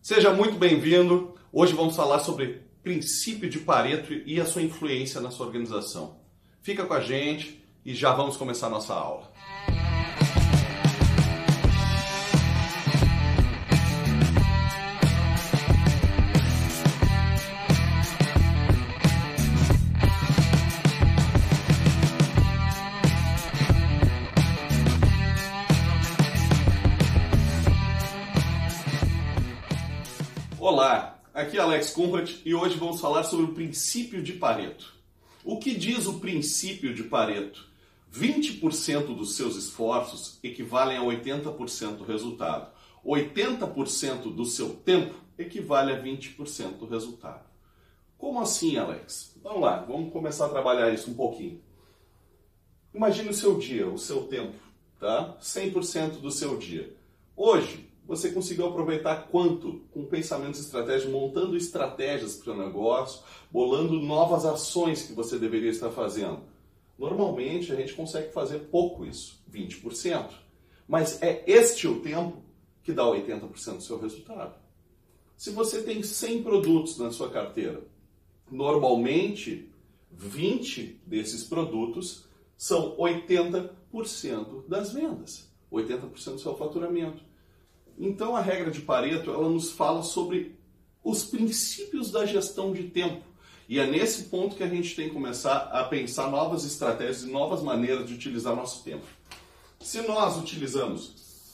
Seja muito bem-vindo. Hoje vamos falar sobre princípio de Pareto e a sua influência na sua organização. Fica com a gente e já vamos começar a nossa aula. Olá, aqui é Alex Conrad e hoje vamos falar sobre o princípio de Pareto. O que diz o princípio de Pareto? 20% dos seus esforços equivalem a 80% do resultado. 80% do seu tempo equivale a 20% do resultado. Como assim, Alex? Vamos lá, vamos começar a trabalhar isso um pouquinho. Imagine o seu dia, o seu tempo, tá? 100% do seu dia. Hoje, você conseguiu aproveitar quanto com pensamentos estratégicos, montando estratégias para o negócio, bolando novas ações que você deveria estar fazendo? Normalmente a gente consegue fazer pouco isso, 20%. Mas é este o tempo que dá 80% do seu resultado. Se você tem 100 produtos na sua carteira, normalmente 20 desses produtos são 80% das vendas, 80% do seu faturamento. Então a regra de Pareto, ela nos fala sobre os princípios da gestão de tempo. E é nesse ponto que a gente tem que começar a pensar novas estratégias e novas maneiras de utilizar nosso tempo. Se nós utilizamos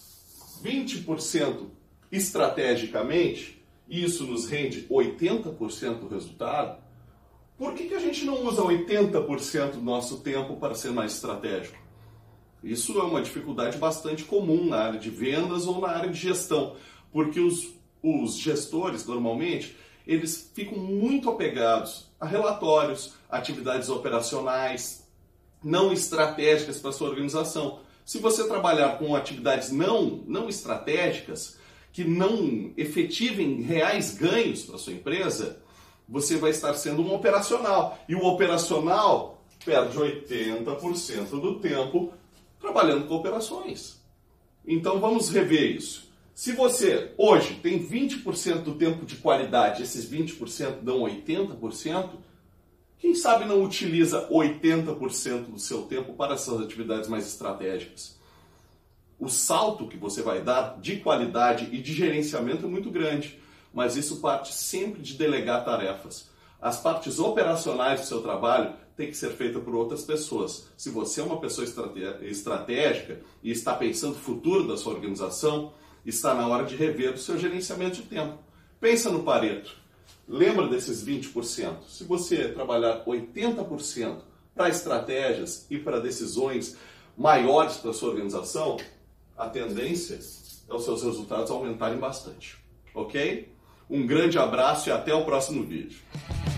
20% estrategicamente, e isso nos rende 80% do resultado, por que a gente não usa 80% do nosso tempo para ser mais estratégico? Isso é uma dificuldade bastante comum na área de vendas ou na área de gestão, porque os gestores, normalmente, eles ficam muito apegados a relatórios, atividades operacionais, não estratégicas para a sua organização. Se você trabalhar com atividades não estratégicas, que não efetivem reais ganhos para a sua empresa, você vai estar sendo um operacional. E o operacional perde 80% do tempo trabalhando com operações. Então vamos rever isso. Se você hoje tem 20% do tempo de qualidade, esses 20% dão 80%, quem sabe não utiliza 80% do seu tempo para essas atividades mais estratégicas? O salto que você vai dar de qualidade e de gerenciamento é muito grande, mas isso parte sempre de delegar tarefas. As partes operacionais do seu trabalho tem que ser feita por outras pessoas. Se você é uma pessoa estratégica e está pensando no futuro da sua organização, está na hora de rever o seu gerenciamento de tempo. Pensa no Pareto. Lembra desses 20%. Se você trabalhar 80% para estratégias e para decisões maiores para a sua organização, a tendência é os seus resultados aumentarem bastante. Ok? Um grande abraço e até o próximo vídeo.